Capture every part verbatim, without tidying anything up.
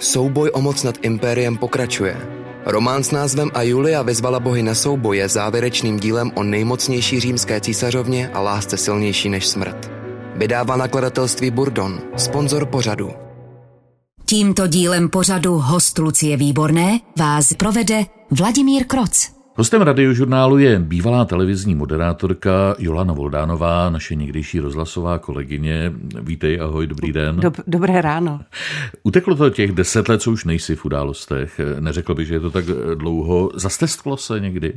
Souboj o moc nad impériem pokračuje. Román s názvem A Julia vyzvala bohy na souboj je závěrečným dílem o nejmocnější římské císařovně a lásce silnější než smrt. Vydává nakladatelství Burdon, sponzor pořadu. Tímto dílem pořadu Host Lucie Výborné vás provede Vladimír Kroc. Hostem Radiožurnálu je bývalá televizní moderátorka Jolana Voldánová, naše někdejší rozhlasová kolegyně. Vítej, ahoj, dobrý den. Dob- dobré ráno. Uteklo to těch deset let, co už nejsi v Událostech. Neřekl bych, že je to tak dlouho. Zastesklo se někdy?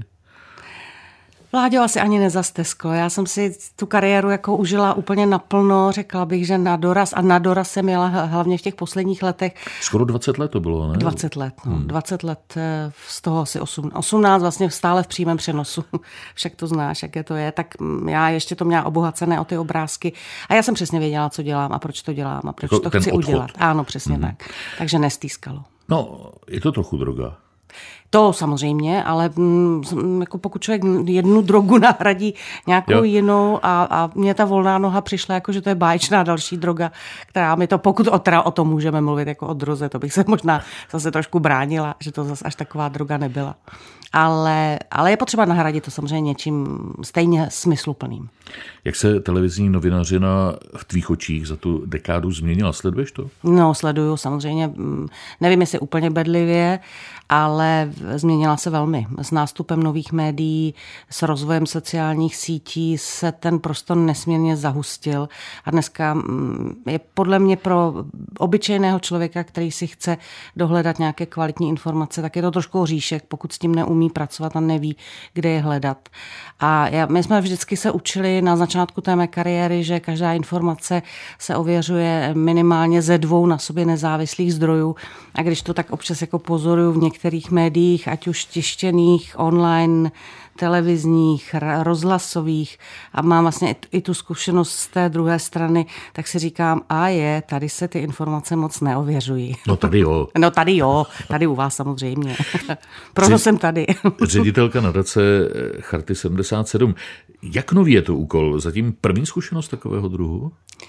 Vláďo, asi ani nezastesklo. Já jsem si tu kariéru jako užila úplně naplno, řekla bych, že na doraz a na doraz jsem jela hlavně v těch posledních letech. Skoro dvacet let to bylo, ne? dvacet let, no. Hmm. dvacet let, z toho asi osmnáct vlastně stále v přímém přenosu. Však to znáš, jaké to je. Tak já ještě to měla obohacené o ty obrázky a já jsem přesně věděla, co dělám a proč to dělám a proč jako to chci odchod. udělat. Ano, přesně hmm. tak. Takže nestýskalo. No, je to trochu droga. To samozřejmě, ale mm, jako pokud člověk jednu drogu nahradí nějakou jo. jinou a, a mně ta volná noha přišla jako, že to je báječná další droga, která mi to, pokud o, teda o tom můžeme mluvit jako o droze, to bych se možná zase trošku bránila, že to zase až taková droga nebyla. Ale, ale je potřeba nahradit to samozřejmě něčím stejně smysluplným. Jak se televizní novinařina v tvých očích za tu dekádu změnila? Sleduješ to? No, sleduju samozřejmě. Nevím, jestli úplně bedlivě, ale změnila se velmi. S nástupem nových médií, s rozvojem sociálních sítí se ten prostor nesmírně zahustil. A dneska je podle mě pro obyčejného člověka, který si chce dohledat nějaké kvalitní informace, tak je to trošku oříšek, pokud s tím neumí pracovat a neví, kde je hledat. A já, my jsme vždycky se učili na začátku té mé kariéry, že každá informace se ověřuje minimálně ze dvou na sobě nezávislých zdrojů. A když to tak občas jako pozoruju v některých médiích, ať už tištěných, online, televizních, rozhlasových a mám vlastně i tu zkušenost z té druhé strany, tak si říkám, a je, tady se ty informace moc neověřují. No tady jo. No tady jo, tady u vás samozřejmě. Proto Ři- jsem tady. Ředitelka nadace Charty sedmdesát sedm. Jak nový je to úkol? Zatím první zkušenost takového druhu?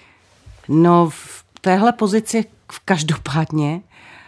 No v téhle pozici v každopádně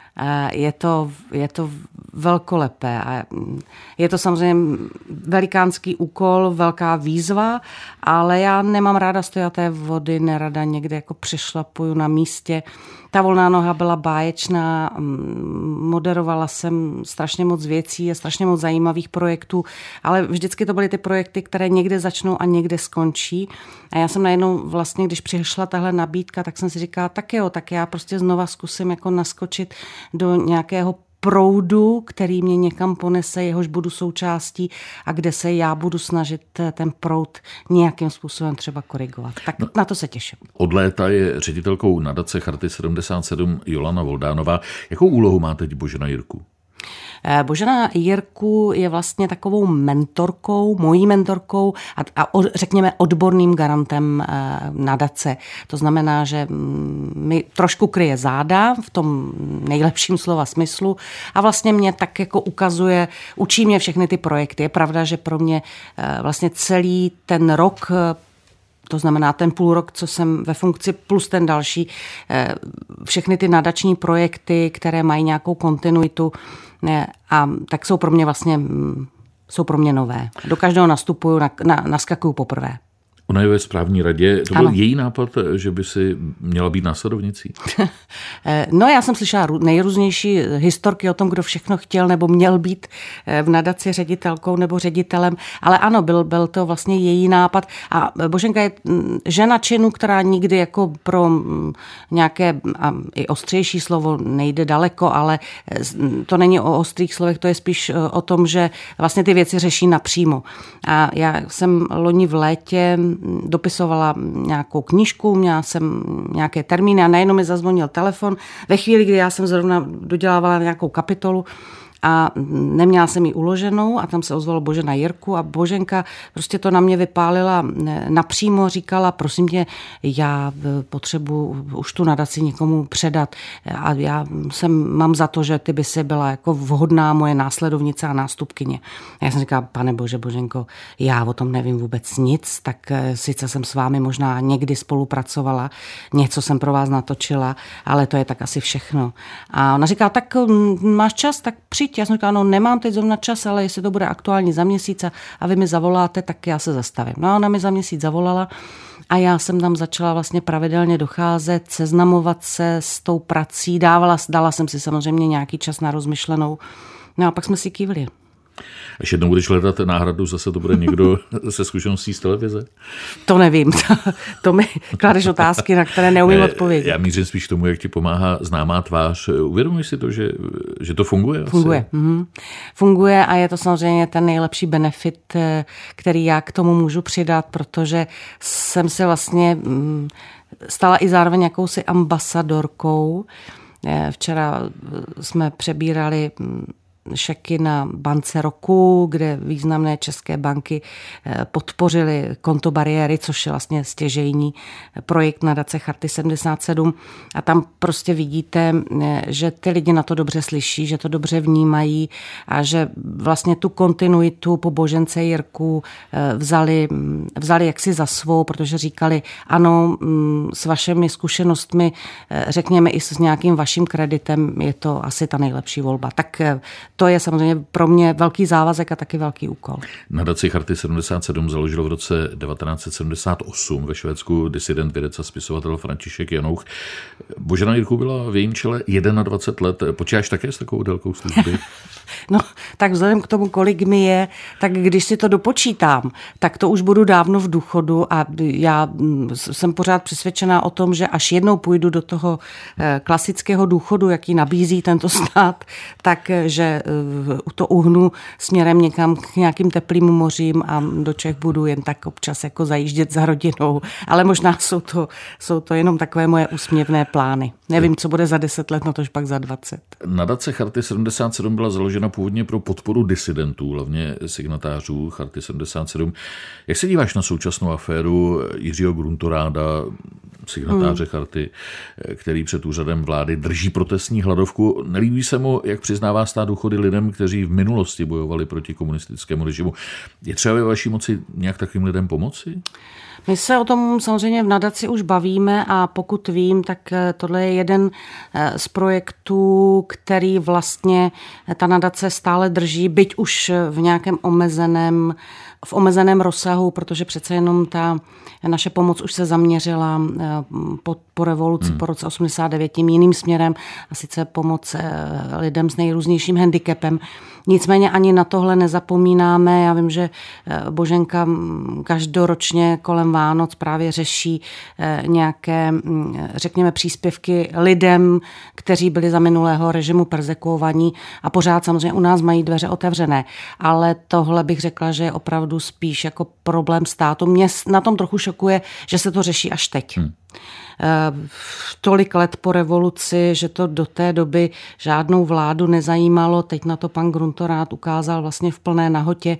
Je to, je to velkolepé a je to samozřejmě velikánský úkol, velká výzva, ale já nemám ráda stojaté vody, nerada někde jako přešlapuju na místě. Ta volná noha byla báječná, moderovala jsem strašně moc věcí a strašně moc zajímavých projektů, ale vždycky to byly ty projekty, které někde začnou a někde skončí. A já jsem najednou vlastně, když přišla tahle nabídka, tak jsem si říkala, tak jo, tak já prostě znova zkusím jako naskočit do nějakého proudu, který mě někam ponese, jehož budu součástí a kde se já budu snažit ten proud nějakým způsobem třeba korigovat. Tak no, na to se těším. Od léta je ředitelkou nadace Charty sedmdesát sedm Jolana Voldánová. Jakou úlohu má teď Božena Jirku? Božena Jirku je vlastně takovou mentorkou, mojí mentorkou a, a řekněme odborným garantem nadace. To znamená, že mi trošku kryje záda v tom nejlepším slova smyslu a vlastně mě tak jako ukazuje, učí mě všechny ty projekty. Je pravda, že pro mě vlastně celý ten rok, to znamená ten půl rok, co jsem ve funkci, plus ten další, všechny ty nadační projekty, které mají nějakou kontinuitu, a tak jsou pro mě vlastně jsou pro mě nové. Do každého nastupuju, na, na, naskakuju poprvé. Ona je ve správní radě. To byl ano. její nápad, že by si měla být následovnicí? No, já jsem slyšela nejrůznější historky o tom, kdo všechno chtěl nebo měl být v nadaci ředitelkou nebo ředitelem, ale ano, byl, byl to vlastně její nápad. A Boženka je žena činu, která nikdy jako pro nějaké a i ostřejší slovo nejde daleko, ale to není o ostrých slovech, to je spíš o tom, že vlastně ty věci řeší napřímo. A já jsem loni v létě dopisovala nějakou knížku, měla jsem nějaké termíny a najednou mi zazvonil telefon ve chvíli, kdy já jsem zrovna dodělávala nějakou kapitolu a neměla jsem ji uloženou a tam se ozvalo Božena Jirku a Boženka prostě to na mě vypálila napřímo, říkala, prosím tě, já potřebuji už tu nadaci někomu předat a já jsem, mám za to, že ty by si byla jako vhodná moje následovnice a nástupkyně. A já jsem říkala, pane Bože, Boženko, já o tom nevím vůbec nic, tak sice jsem s vámi možná někdy spolupracovala, něco jsem pro vás natočila, ale to je tak asi všechno. A ona říká, tak máš čas, tak přijď. Já jsem říkala, no nemám teď zrovna čas, ale jestli to bude aktuální za měsíc a vy mi zavoláte, tak já se zastavím. No a ona mi za měsíc zavolala a já jsem tam začala vlastně pravidelně docházet, seznamovat se s tou prací, dávala, dala jsem si samozřejmě nějaký čas na rozmyšlenou. No a pak jsme si kývli. Až jednou budeš hledat náhradu, zase to bude někdo se zkušeností z televize? To nevím. To mi kladeš otázky, na které neumím odpovědět. Já mířím spíš k tomu, jak ti pomáhá známá tvář. Uvědomuješ si to, že, že to funguje? Funguje. Mhm. Funguje a je to samozřejmě ten nejlepší benefit, který já k tomu můžu přidat, protože jsem se vlastně stala i zároveň jakousi ambasadorkou. Včera jsme přebírali šeky na bance roku, kde významné české banky podpořily kontobariéry, což je vlastně stěžejní projekt nadace Charty sedmdesát sedm. A tam prostě vidíte, že ty lidi na to dobře slyší, že to dobře vnímají a že vlastně tu kontinuitu po Božence Jirku vzali, vzali jaksi za svou, protože říkali, ano, s vašimi zkušenostmi, řekněme i s nějakým vaším kreditem, je to asi ta nejlepší volba. Tak to je samozřejmě pro mě velký závazek a taky velký úkol. Nadaci Charty sedmdesát sedm založil v roce devatenáct set sedmdesát osm ve Švédsku disident, vědec a spisovatel František Janouch. Božena Jirku byla v jejím čele dvacet jedna let. Počítáš také s takovou délkou služby? No, tak vzhledem k tomu, kolik mi je, tak když si to dopočítám, tak to už budu dávno v důchodu a já jsem pořád přesvědčená o tom, že až jednou půjdu do toho klasického důchodu, jaký nabízí tento stát, takže to uhnu směrem někam k nějakým teplým mořím a do Čech budu jen tak občas jako zajíždět za rodinou. Ale možná jsou to, jsou to jenom takové moje úsměvné plány. Nevím, co bude za deset let, no tož pak za dvacet. Nadace Charty sedmdesát sedm byla založena původně pro podporu disidentů, hlavně signatářů Charty sedmdesát sedm. Jak se díváš na současnou aféru Jiřího Gruntoráda, signatáře hmm. Charty, který před úřadem vlády drží protestní hladovku? Nelíbí se mu, jak přiznává stát důchody lidem, kteří v minulosti bojovali proti komunistickému režimu? Je třeba ve vaší moci nějak takovým lidem pomoci? My se o tom samozřejmě v nadaci už bavíme a pokud vím, tak tohle je jeden z projektů, který vlastně ta nadace stále drží, byť už v nějakém omezeném, v omezeném rozsahu, protože přece jenom ta naše pomoc už se zaměřila po, po revoluci, hmm. po roce osmdesát devět tím jiným směrem a sice pomoc lidem s nejrůznějším handicapem. Nicméně ani na tohle nezapomínáme. Já vím, že Boženka každoročně kolem Vánoc právě řeší nějaké, řekněme, příspěvky lidem, kteří byli za minulého režimu perzekuovaní a pořád samozřejmě u nás mají dveře otevřené. Ale tohle bych řekla, že je opravdu spíš jako problém státu. Mě na tom trochu šokuje, že se to řeší až teď. Hmm. Tolik let po revoluci, že to do té doby žádnou vládu nezajímalo. Teď na to pan Gruntorád ukázal vlastně v plné nahotě.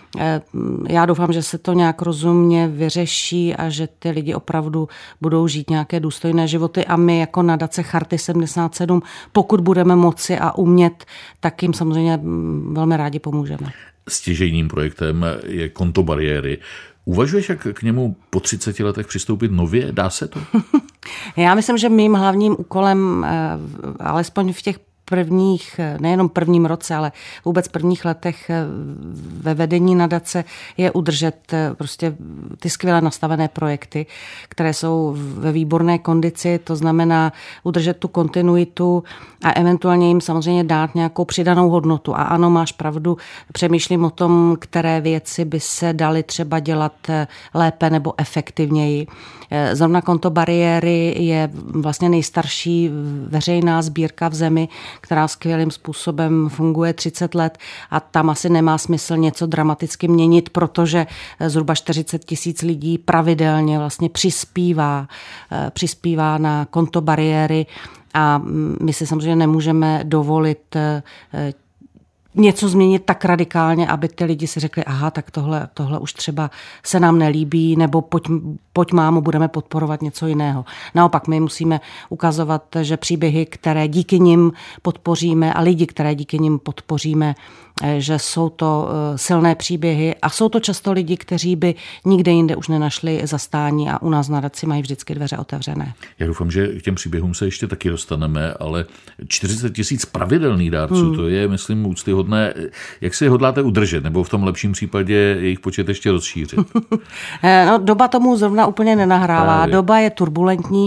Já doufám, že se to nějak rozumně vyřeší a že ty lidi opravdu budou žít nějaké důstojné životy a my jako nadace Charty sedmdesát sedm, pokud budeme moci a umět, tak jim samozřejmě velmi rádi pomůžeme. Stěžejním projektem je kontobariéry. Uvažuješ, jak k němu po třiceti letech přistoupit nově? Dá se to? Já myslím, že mým hlavním úkolem, alespoň v těch prvních, nejenom prvním roce, ale vůbec prvních letech ve vedení nadace je udržet prostě ty skvěle nastavené projekty, které jsou ve výborné kondici, to znamená udržet tu kontinuitu a eventuálně jim samozřejmě dát nějakou přidanou hodnotu. A ano, máš pravdu, přemýšlím o tom, které věci by se daly třeba dělat lépe nebo efektivněji. Zrovna kontobariéry je vlastně nejstarší veřejná sbírka v zemi, která skvělým způsobem funguje třicet let a tam asi nemá smysl něco dramaticky měnit, protože zhruba čtyřicet tisíc lidí pravidelně vlastně přispívá, přispívá na kontobariéry a my si samozřejmě nemůžeme dovolit něco změnit tak radikálně, aby ty lidi si řekli, aha, tak tohle, tohle už třeba se nám nelíbí, nebo pojď, pojď mámo, budeme podporovat něco jiného. Naopak, my musíme ukazovat, že příběhy, které díky nim podpoříme a lidi, které díky nim podpoříme, že jsou to silné příběhy a jsou to často lidi, kteří by nikde jinde už nenašli zastání a u nás na nadaci mají vždycky dveře otevřené. Já doufám, že k těm příběhům se ještě taky dostaneme, ale čtyřicet tisíc pravidelných dárců, hmm. to je, myslím, úctyhodné. Jak si je hodláte udržet, nebo v tom lepším případě jejich počet ještě rozšířit? No, doba tomu zrovna úplně nenahrává. Právě. Doba je turbulentní.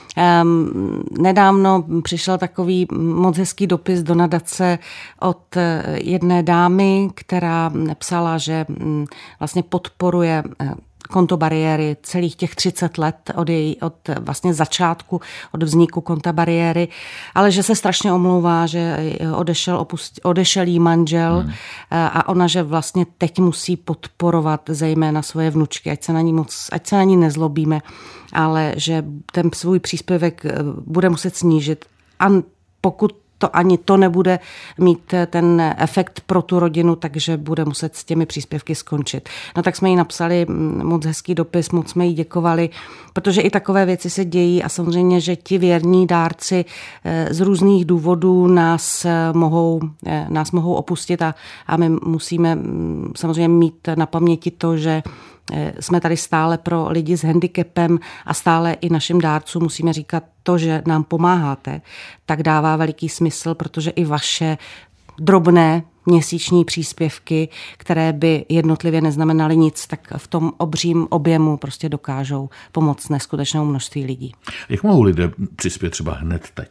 Um, nedávno přišel takový moc hezký dopis do nadace od jedné dámy, která psala, že vlastně podporuje Kontobariéry celých těch třicet let od, její, od vlastně začátku, od vzniku Kontobariéry, ale že se strašně omlouvá, že odešel, opust, odešel jí manžel hmm. a ona, že vlastně teď musí podporovat zejména svoje vnučky, ať se na ní moc, ať se na ní nezlobíme, ale že ten svůj příspěvek bude muset snížit a pokud to ani to nebude mít ten efekt pro tu rodinu, takže bude muset s těmi příspěvky skončit. No tak jsme jí napsali moc hezký dopis, moc jsme jí děkovali, protože i takové věci se dějí a samozřejmě, že ti věrní dárci z různých důvodů nás mohou, nás mohou opustit a, a my musíme samozřejmě mít na paměti to, že jsme tady stále pro lidi s handicapem a stále i našim dárcům musíme říkat to, že nám pomáháte, tak dává veliký smysl, protože i vaše drobné měsíční příspěvky, které by jednotlivě neznamenaly nic, tak v tom obřím objemu prostě dokážou pomoct neskutečnému množství lidí. Jak mohou lidé přispět třeba hned teď?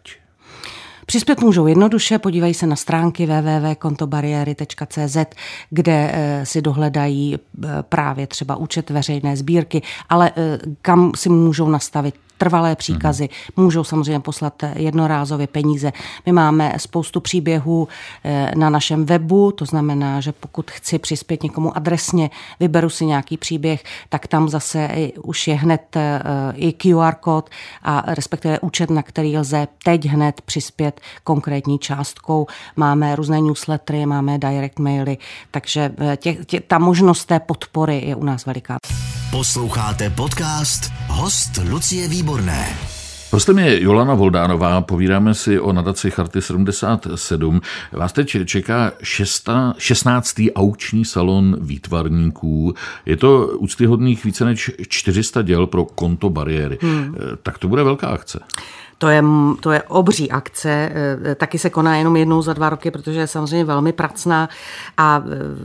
Přispět můžou jednoduše, podívají se na stránky w w w tečka kontobariéry tečka c z, kde si dohledají právě třeba účet veřejné sbírky, ale kam si můžou nastavit trvalé příkazy, můžou samozřejmě poslat jednorázově peníze. My máme spoustu příběhů na našem webu, to znamená, že pokud chci přispět někomu adresně, vyberu si nějaký příběh, tak tam zase už je hned i Q R kód a respektive účet, na který lze teď hned přispět konkrétní částkou. Máme různé newslettery, máme direct maily, takže tě, tě, ta možnost té podpory je u nás veliká. Posloucháte podcast Host Lucie Výborné. Hostem je Jolana Voldánová, povídáme si o nadaci Charty sedmdesát sedm. Vás teď čeká šesta, šestnáctý aukční salon výtvarníků. Je to úctyhodných více než čtyři sta děl pro Kontobariéry. Hmm. Tak to bude velká akce. To je, to je obří akce, taky se koná jenom jednou za dva roky, protože je samozřejmě velmi pracná a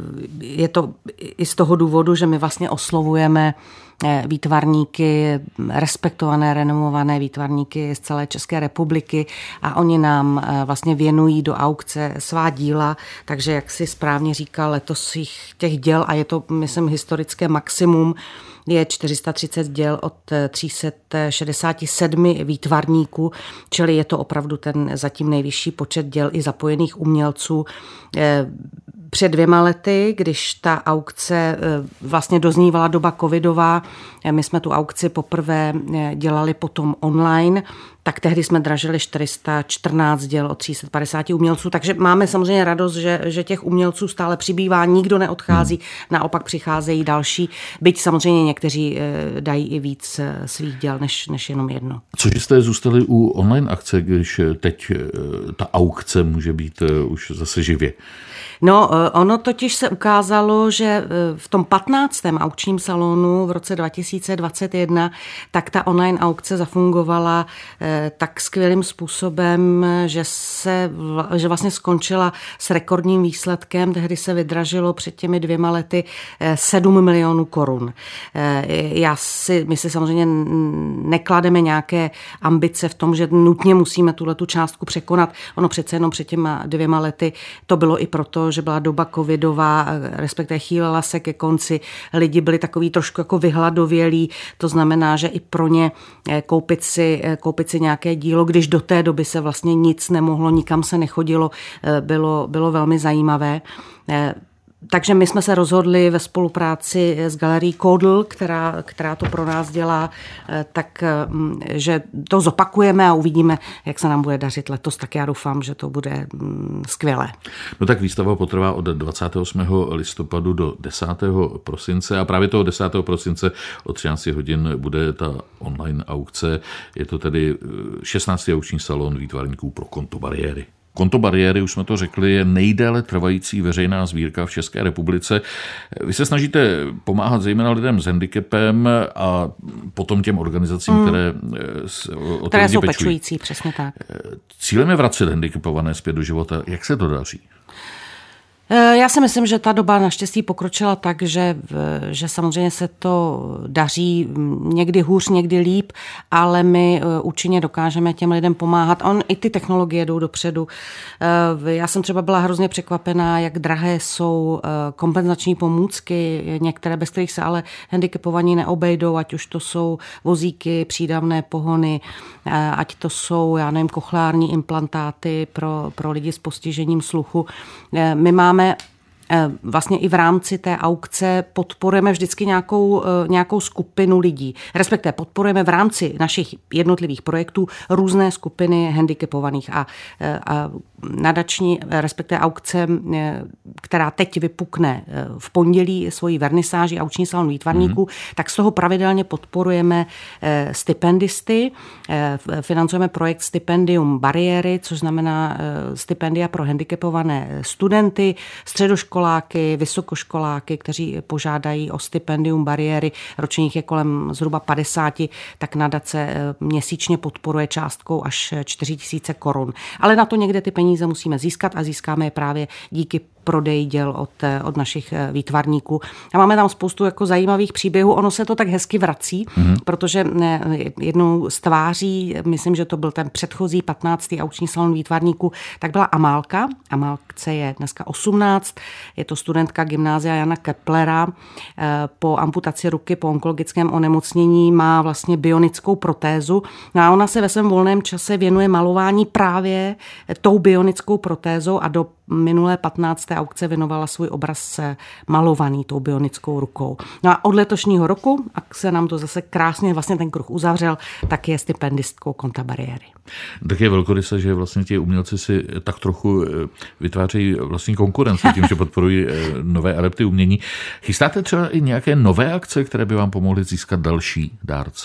je to i z toho důvodu, že my vlastně oslovujeme výtvarníky, respektované, renomované výtvarníky z celé České republiky a oni nám vlastně věnují do aukce svá díla, takže jak si správně říkal, letos jich těch děl a je to, myslím, historické maximum, je čtyři sta třicet děl od tři sta šedesát sedm výtvarníků, čili je to opravdu ten zatím nejvyšší počet děl i zapojených umělců. Před dvěma lety, když ta aukce vlastně doznívala doba covidová, my jsme tu aukci poprvé dělali potom online, tak tehdy jsme dražili čtyři sta čtrnáct děl od tři sta padesát umělců, takže máme samozřejmě radost, že, že těch umělců stále přibývá, nikdo neodchází, hmm. naopak přicházejí další, byť samozřejmě někteří dají i víc svých děl, než, než jenom jedno. Cože jste zůstali u online akce, když teď ta aukce může být už zase živě? No, ono totiž se ukázalo, že v tom patnáctém aukčním salonu v roce dva tisíce dvacet jedna, tak ta online aukce zafungovala tak skvělým způsobem, že se že vlastně skončila s rekordním výsledkem. Tehdy se vydražilo před těmi dvěma lety sedm milionů korun. Já si, my si samozřejmě neklademe nějaké ambice v tom, že nutně musíme tuhletu částku překonat. Ono přece jenom před těma dvěma lety to bylo i proto, že byla doba covidová, respektive chýlela se ke konci. Lidi byli takový trošku jako vyhladovělí, to znamená, že i pro ně koupit si, koupit si nějaké dílo, když do té doby se vlastně nic nemohlo, nikam se nechodilo, bylo, bylo velmi zajímavé. Takže my jsme se rozhodli ve spolupráci s galerií Kodl, která, která to pro nás dělá, tak, že to zopakujeme a uvidíme, jak se nám bude dařit letos. Tak já doufám, že to bude skvělé. No tak výstava potrvá od dvacátého osmého listopadu do desátého prosince a právě toho desátého prosince od třináct hodin bude ta online aukce. Je to tedy šestnáctý aukční salon výtvarníků pro Kontobariéry. Kontobariéry, už jsme to řekli, je nejdéle trvající veřejná sbírka v České republice. Vy se snažíte pomáhat zejména lidem s handicapem a potom těm organizacím, mm. které o které jsou pečují. Pečující, přesně tak. Cílem je vracet handicapované zpět do života. Jak se to daří? Já si myslím, že ta doba naštěstí pokročila tak, že, že samozřejmě se to daří někdy hůř, někdy líp, ale my účinně dokážeme těm lidem pomáhat. On i ty technologie jdou dopředu. Já jsem třeba byla hrozně překvapená, jak drahé jsou kompenzační pomůcky, některé, bez kterých se ale handicapovaní neobejdou, ať už to jsou vozíky, přídavné pohony, ať to jsou, já nevím, kochleární implantáty pro, pro lidi s postižením sluchu. My máme vlastně i v rámci té aukce podporujeme vždycky nějakou, nějakou skupinu lidí. Respektive podporujeme v rámci našich jednotlivých projektů různé skupiny handicapovaných a, a nadační, respektive aukce, která teď vypukne v pondělí svojí vernisáži aukční salon výtvarníků, mm-hmm. tak z toho pravidelně podporujeme stipendisty. Financujeme projekt Stipendium Bariéry, což znamená stipendia pro handicapované studenty, středoškoláky, vysokoškoláky, kteří požádají o stipendium Bariéry. Ročních je kolem zhruba padesáti, tak nadace měsíčně podporuje částkou až čtyři tisíce korun. Ale na to někde ty peníze musíme získat a získáme je právě díky prodej děl od, od našich výtvarníků. A máme tam spoustu jako zajímavých příběhů. Ono se to tak hezky vrací, mm-hmm. protože jednou z tváří, myslím, že to byl ten předchozí patnáctý aukční salon výtvarníků, tak byla Amálka. Amálce je dneska osmnáct. Je to studentka gymnázia Jana Keplera. Po amputaci ruky, po onkologickém onemocnění má vlastně bionickou protézu. No a ona se ve svém volném čase věnuje malování právě tou bionickou protézou a do minulé patnácté aukce věnovala svůj obraz malovaný tou bionickou rukou. No a od letošního roku, a se nám to zase krásně vlastně ten kruh uzavřel, tak je stipendistkou Kontobariéry. Tak je velkoryse, že vlastně ti umělci si tak trochu vytvářejí vlastní konkurenci tím, že podporují nové adepty umění. Chystáte třeba i nějaké nové akce, které by vám pomohly získat další dárce?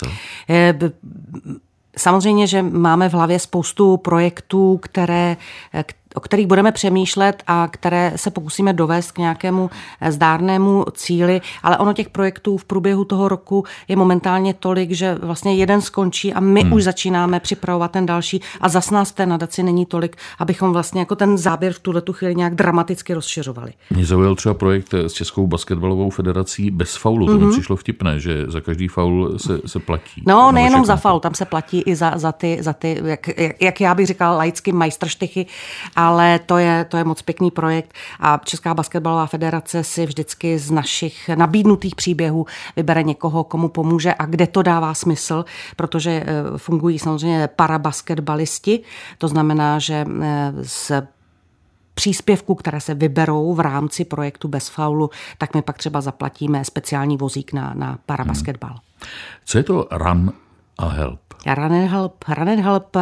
Samozřejmě, že máme v hlavě spoustu projektů, které, o kterých budeme přemýšlet a které se pokusíme dovést k nějakému zdárnému cíli, ale ono těch projektů v průběhu toho roku je momentálně tolik, že vlastně jeden skončí a my hmm. už začínáme připravovat ten další a zas nás v té nadaci není tolik, abychom vlastně jako ten záběr v tuhletu chvíli nějak dramaticky rozšiřovali. Mě zaujal třeba projekt s Českou basketbalovou federací bez faulu. To mm-hmm. mi přišlo vtipné, že za každý faul se, se platí. No, nejenom za faul, tam se platí i za, za ty, za ty jak, jak já bych říkal, laicky majstrštychy, ale to je, to je moc pěkný projekt a Česká basketbalová federace si vždycky z našich nabídnutých příběhů vybere někoho, komu pomůže a kde to dává smysl, protože fungují samozřejmě parabasketbalisti, to znamená, že z příspěvků, které se vyberou v rámci projektu bez faulu, tak my pak třeba zaplatíme speciální vozík na, na parabasketbal. Hmm. Co je to Run a Help? Run and Help, Run and Help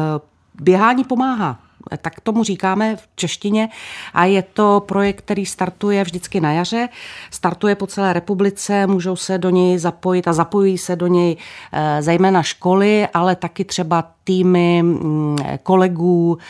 běhání pomáhá. Tak tomu říkáme v češtině a je to projekt, který startuje vždycky na jaře, startuje po celé republice, můžou se do něj zapojit a zapojují se do něj zejména školy, ale taky třeba týmy kolegů,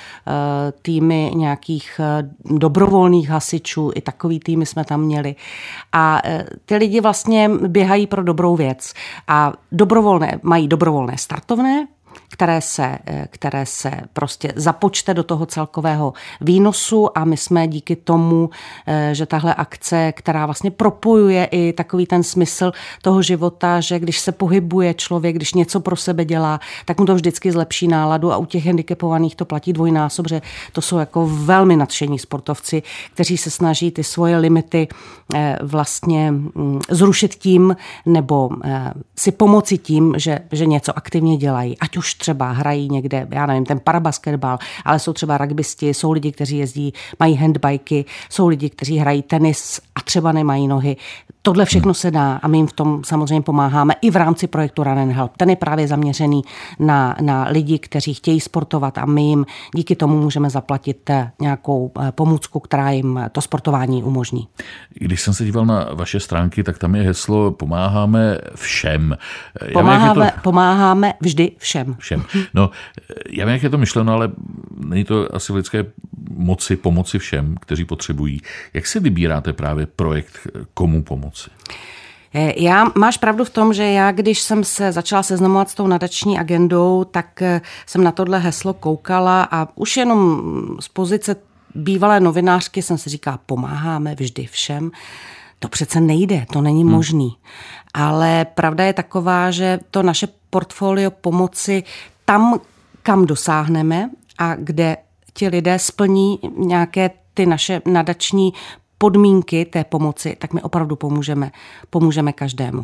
týmy nějakých dobrovolných hasičů, i takový týmy jsme tam měli. A ty lidi vlastně běhají pro dobrou věc a dobrovolné, mají dobrovolné startovné, které se, které se prostě započte do toho celkového výnosu a my jsme díky tomu, že tahle akce, která vlastně propojuje i takový ten smysl toho života, že když se pohybuje člověk, když něco pro sebe dělá, tak mu to vždycky zlepší náladu a u těch handicapovaných to platí dvojnásob, že to jsou jako velmi nadšení sportovci, kteří se snaží ty svoje limity vlastně zrušit tím nebo si pomoci tím, že, že něco aktivně dělají. Ať už třeba hrají někde, já nevím, ten parabasketbal, ale jsou třeba rugbysti, jsou lidi, kteří jezdí, mají handbajky, jsou lidi, kteří hrají tenis a třeba nemají nohy. Tohle všechno se dá a my jim v tom samozřejmě pomáháme i v rámci projektu Run and Help. Ten je právě zaměřený na, na lidi, kteří chtějí sportovat a my jim díky tomu můžeme zaplatit nějakou pomůcku, která jim to sportování umožní. Když jsem se díval na vaše stránky, tak tam je heslo pomáháme všem. Pomáháme, to... pomáháme vždy všem. Všem. No, já vím, jak je to myšleno, ale není to asi v lidské moci pomoci všem, kteří potřebují. Jak si vybíráte právě projekt Komu pomoci? Já máš pravdu v tom, že já, když jsem se začala seznamovat s tou nadační agendou, tak jsem na tohle heslo koukala a už jenom z pozice bývalé novinářky jsem si říkala, pomáháme vždy všem. To přece nejde, to není hmm. možný. Ale pravda je taková, že to naše portfolio pomoci tam, kam dosáhneme a kde ti lidé splní nějaké ty naše nadační podmínky té pomoci, tak my opravdu pomůžeme, pomůžeme každému.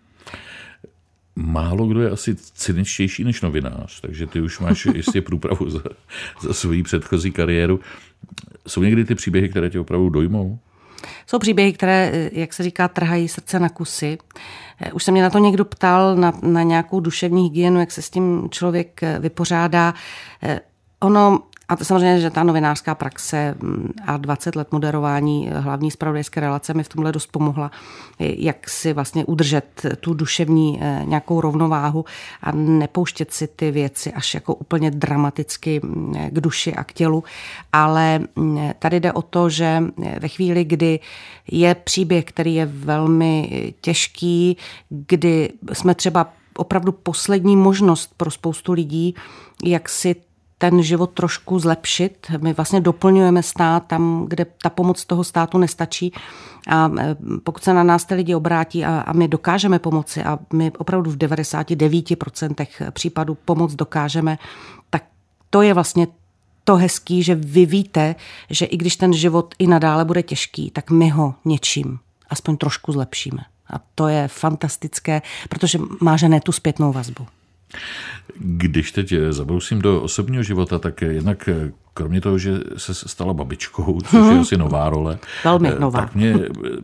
Málo kdo je asi cyničtější než novinář, takže ty už máš jistě průpravu za, za svoji předchozí kariéru. Jsou někdy ty příběhy, které tě opravdu dojmou? Jsou příběhy, které, jak se říká, trhají srdce na kusy. Už se mě na to někdo ptal, na, na nějakou duševní hygienu, jak se s tím člověk vypořádá. Ono, a to samozřejmě, že ta novinářská praxe a dvacet let moderování hlavní zpravodajské relace mi v tomhle dost pomohla, jak si vlastně udržet tu duševní nějakou rovnováhu a nepouštět si ty věci až jako úplně dramaticky k duši a k tělu. Ale tady jde o to, že ve chvíli, kdy je příběh, který je velmi těžký, kdy jsme třeba opravdu poslední možnost pro spoustu lidí, jak si ten život trošku zlepšit. My vlastně doplňujeme stát tam, kde ta pomoc toho státu nestačí. A pokud se na nás ty lidi obrátí a, a my dokážeme pomoci a my opravdu v devadesát devět procent případů pomoc dokážeme, tak to je vlastně to hezký, že vy víte, že i když ten život i nadále bude těžký, tak my ho něčím aspoň trošku zlepšíme. A to je fantastické, protože má žené tu zpětnou vazbu. Když teď zabrousím do osobního života, tak jednak kromě toho, že se stala babičkou, což je asi nová role, velmi nová. Tak mě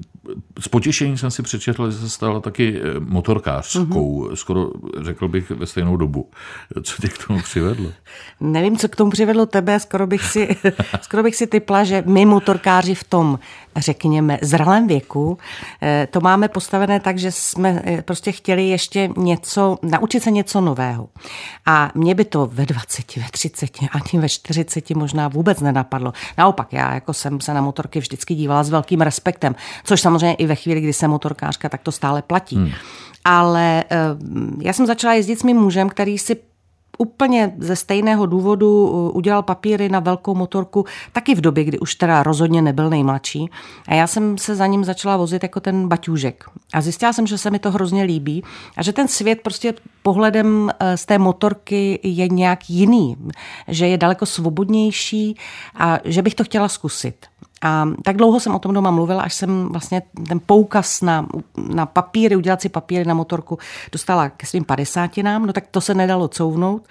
s potěšením jsem si přečetl, že se stala taky motorkářskou, mm-hmm. skoro řekl bych ve stejnou dobu. Co tě k tomu přivedlo? Nevím, co k tomu přivedlo tebe, skoro bych si, skoro bych si tipla, že my motorkáři v tom, řekněme, zralém věku, to máme postavené tak, že jsme prostě chtěli ještě něco, naučit se něco nového. A mě by to ve dvaceti, ve třiceti, ani ve čtyřiceti možná vůbec nenapadlo. Naopak, já jako jsem se na motorky vždycky dívala s velkým respektem, což samozřejmě i ve chvíli, kdy jsem motorkářka, tak to stále platí. Hmm. Ale já jsem začala jezdit s mým mužem, který si úplně ze stejného důvodu udělal papíry na velkou motorku, taky v době, kdy už teda rozhodně nebyl nejmladší. A já jsem se za ním začala vozit jako ten baťůžek. A zjistila jsem, že se mi to hrozně líbí a že ten svět prostě pohledem z té motorky je nějak jiný, že je daleko svobodnější a že bych to chtěla zkusit. A tak dlouho jsem o tom doma mluvila, až jsem vlastně ten poukaz na, na papíry, udělat si papíry na motorku dostala ke svým padesátinám, no tak to se nedalo couvnout.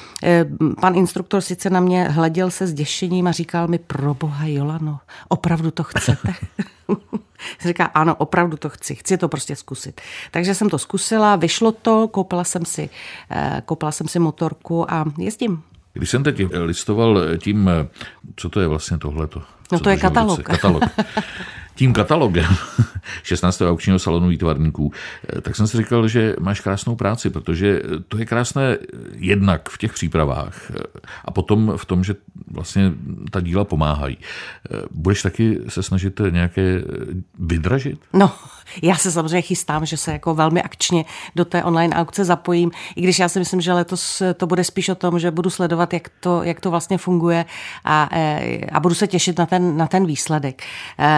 Pan instruktor sice na mě hleděl se zděšením a říkal mi, proboha Jolano, opravdu to chcete? Říká, ano, opravdu to chci, chci to prostě zkusit. Takže jsem to zkusila, vyšlo to, koupila jsem si, koupila jsem si motorku a jezdím. Když jsem teď listoval tím, co to je vlastně tohleto? No to je katalog. katalog. Tím katalogem šestnáctého aukčního salonu výtvarníků, tak jsem si říkal, že máš krásnou práci, protože to je krásné jednak v těch přípravách a potom v tom, že vlastně ta díla pomáhají. Budeš taky se snažit nějaké vydražit? No, já se samozřejmě chystám, že se jako velmi akčně do té online aukce zapojím, i když já si myslím, že letos to bude spíš o tom, že budu sledovat, jak to, jak to vlastně funguje a, a budu se těšit na ten, na ten výsledek. Ono to je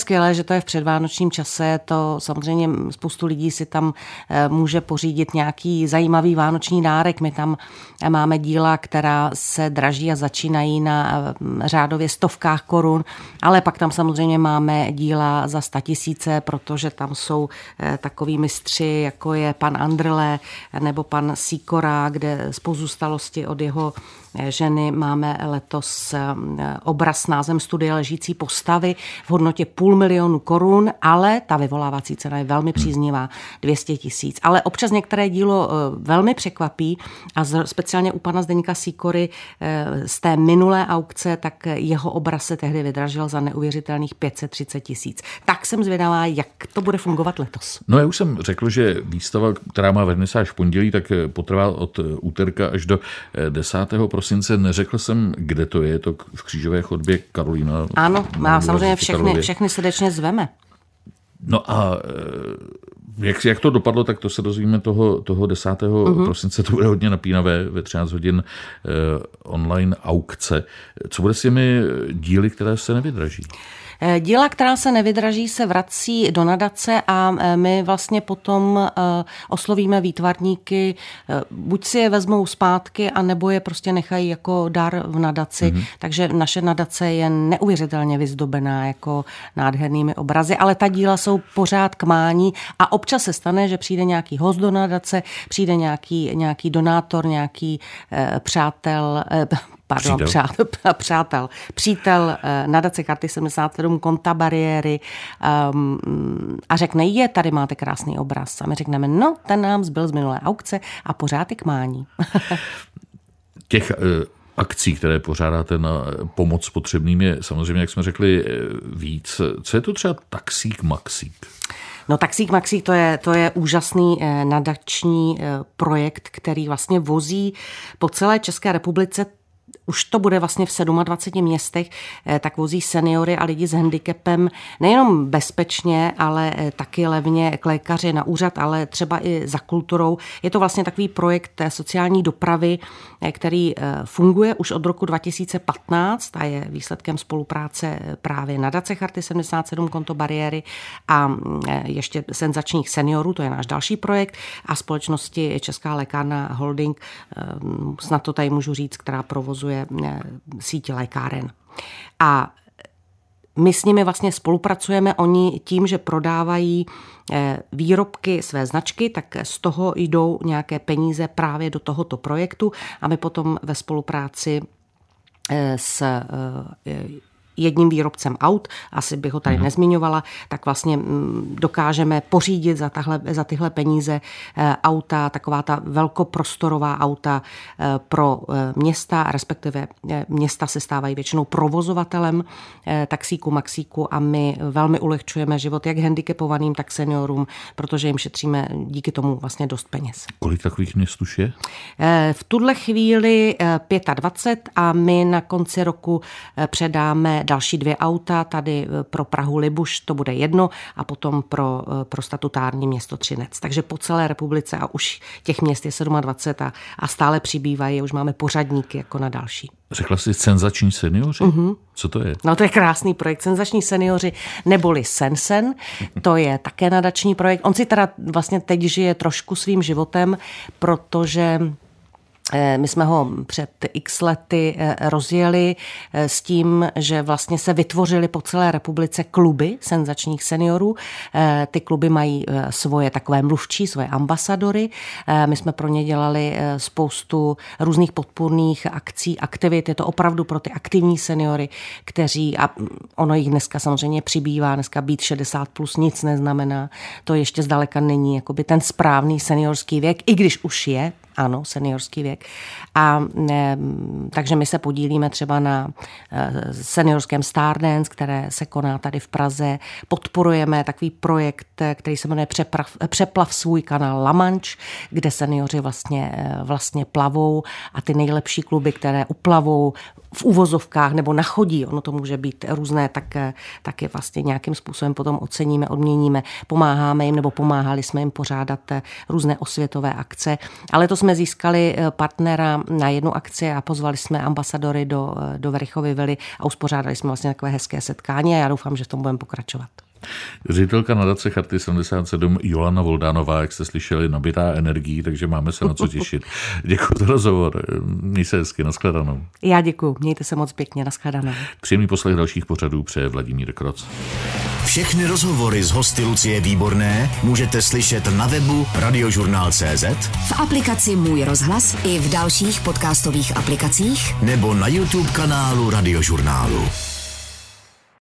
skvělé, že to je v předvánočním čase, to samozřejmě spoustu lidí si tam může pořídit nějaký zajímavý vánoční dárek. My tam máme díla, která se draží a začínají na řádově stovkách korun, ale pak tam samozřejmě máme díla za statisíce, protože tam jsou takový mistři, jako je pan Andrle nebo pan Sikora, kde z pozůstalosti od jeho ženy máme letos obraz s názvem Studie ležící postavy v hodnotě půl milionu korun, ale ta vyvolávací cena je velmi příznivá, dvě stě tisíc. Ale občas některé dílo velmi překvapí a speciálně u pana Zdeňka Sikory z té minulé aukce, tak jeho obraz se tehdy vydražil za neuvěřitelných pět set třicet tisíc. Tak jsem zvědavá, jak to bude fungovat letos. No já už jsem řekl, že výstava, která má vernisáž v pondělí, tak potrvá od úterka až do desátého prosince. Neřekl jsem, kde to je, je to v Křížové chodbě Karolína. Ano, má samozřejmě všechny, všechny srdečně zveme. No a jak, jak to dopadlo, tak to se dozvíme toho, toho desátého Uh-huh. prosince. To bude hodně napínavé ve třináct hodin eh, online aukce. Co bude s těmi díly, které se nevydraží? Díla, která se nevydraží, se vrací do nadace a my vlastně potom oslovíme výtvarníky, buď si je vezmou zpátky, anebo je prostě nechají jako dar v nadaci. Mm-hmm. Takže naše nadace je neuvěřitelně vyzdobená jako nádhernými obrazy, ale ta díla jsou pořád k mání a občas se stane, že přijde nějaký host do nadace, přijde nějaký, nějaký donátor, nějaký eh, přátel, eh, Pardon, přátel, přátel, přítel nadace Charty sedmdesát sedm, Konta Bariéry um, a řekne, je, tady máte krásný obraz. A my řekneme, no, ten nám zbyl z minulé aukce a pořád je k mání. Těch uh, akcí, které pořádáte na pomoc potřebným, je samozřejmě, jak jsme řekli, víc. Co je to třeba Taxík Maxík? No Taxík Maxík, to je, to je úžasný eh, nadační eh, projekt, který vlastně vozí po celé České republice. Už to bude vlastně v dvaceti sedmi městech, tak vozí seniory a lidi s handicapem nejenom bezpečně, ale taky levně k lékaři na úřad, ale třeba i za kulturou. Je to vlastně takový projekt sociální dopravy, který funguje už od roku dva tisíce patnáct a je výsledkem spolupráce právě nadace Charty sedmdesát sedm, Konto Bariéry a ještě senzačních seniorů, to je náš další projekt, a společnosti Česká lékárna Holding, snad to tady můžu říct, která provozuje síť lékáren. A my s nimi vlastně spolupracujeme, oni tím, že prodávají výrobky své značky, tak z toho jdou nějaké peníze právě do tohoto projektu a my potom ve spolupráci s jedním výrobcem aut, asi bych ho tady hmm. nezmiňovala, tak vlastně dokážeme pořídit za, tahle, za tyhle peníze auta, taková ta velkoprostorová auta pro města, respektive města se stávají většinou provozovatelem taxíku, maxíku a my velmi ulehčujeme život jak handicapovaným, tak seniorům, protože jim šetříme díky tomu vlastně dost peněz. Kolik takových měst už je? V tuhle chvíli dvacet pět a my na konci roku předáme další dvě auta, tady pro Prahu Libuš to bude jedno a potom pro, pro statutární město Třinec. Takže po celé republice a už těch měst je dvacet sedm a, a stále přibývají, už máme pořadníky jako na další. Řekla jsi senzační seniori? Uh-huh. Co to je? No to je krásný projekt. Senzační seniori neboli Sensen, to je také nadační projekt. On si teda vlastně teď žije trošku svým životem, protože my jsme ho před x lety rozjeli s tím, že vlastně se vytvořily po celé republice kluby senzačních seniorů. Ty kluby mají svoje takové mluvčí, svoje ambasadory. My jsme pro ně dělali spoustu různých podpůrných akcí, aktivit. Je to opravdu pro ty aktivní seniory, kteří, a ono jich dneska samozřejmě přibývá, dneska být šedesát plus nic neznamená. To ještě zdaleka není jakoby ten správný seniorský věk, i když už je, ano, seniorský věk. A ne, takže my se podílíme třeba na seniorském Star Dance, které se koná tady v Praze. Podporujeme takový projekt, který se jmenuje Přeprav, Přeplav svůj kanál La Manche, kde seniori vlastně, vlastně plavou a ty nejlepší kluby, které uplavou v uvozovkách nebo nachodí, ono to může být různé, tak, tak je vlastně nějakým způsobem potom oceníme, odměníme, pomáháme jim nebo pomáhali jsme jim pořádat různé osvětové akce. Ale to jsme získali partnera na jednu akci a pozvali jsme ambasadory do, do Verichovy vily a uspořádali jsme vlastně takové hezké setkání a já doufám, že v tom budeme pokračovat. Ředitelka nadace Charty sedmdesát sedm Jolana Voldánová, jak jste slyšeli, nabitá energií, takže máme se na co těšit. Děkuji za rozhovor. Měj se hezky, nashledanou. Já děkuji, mějte se moc pěkně, nashledanou. Příjemný poslech dalších pořadů přeje Vladimír Kroc. Všechny rozhovory s hosty Lucie Výborné můžete slyšet na webu radiožurnál tečka cé zet, v aplikaci Můj rozhlas i v dalších podcastových aplikacích nebo na YouTube kanálu Radiožurnálu.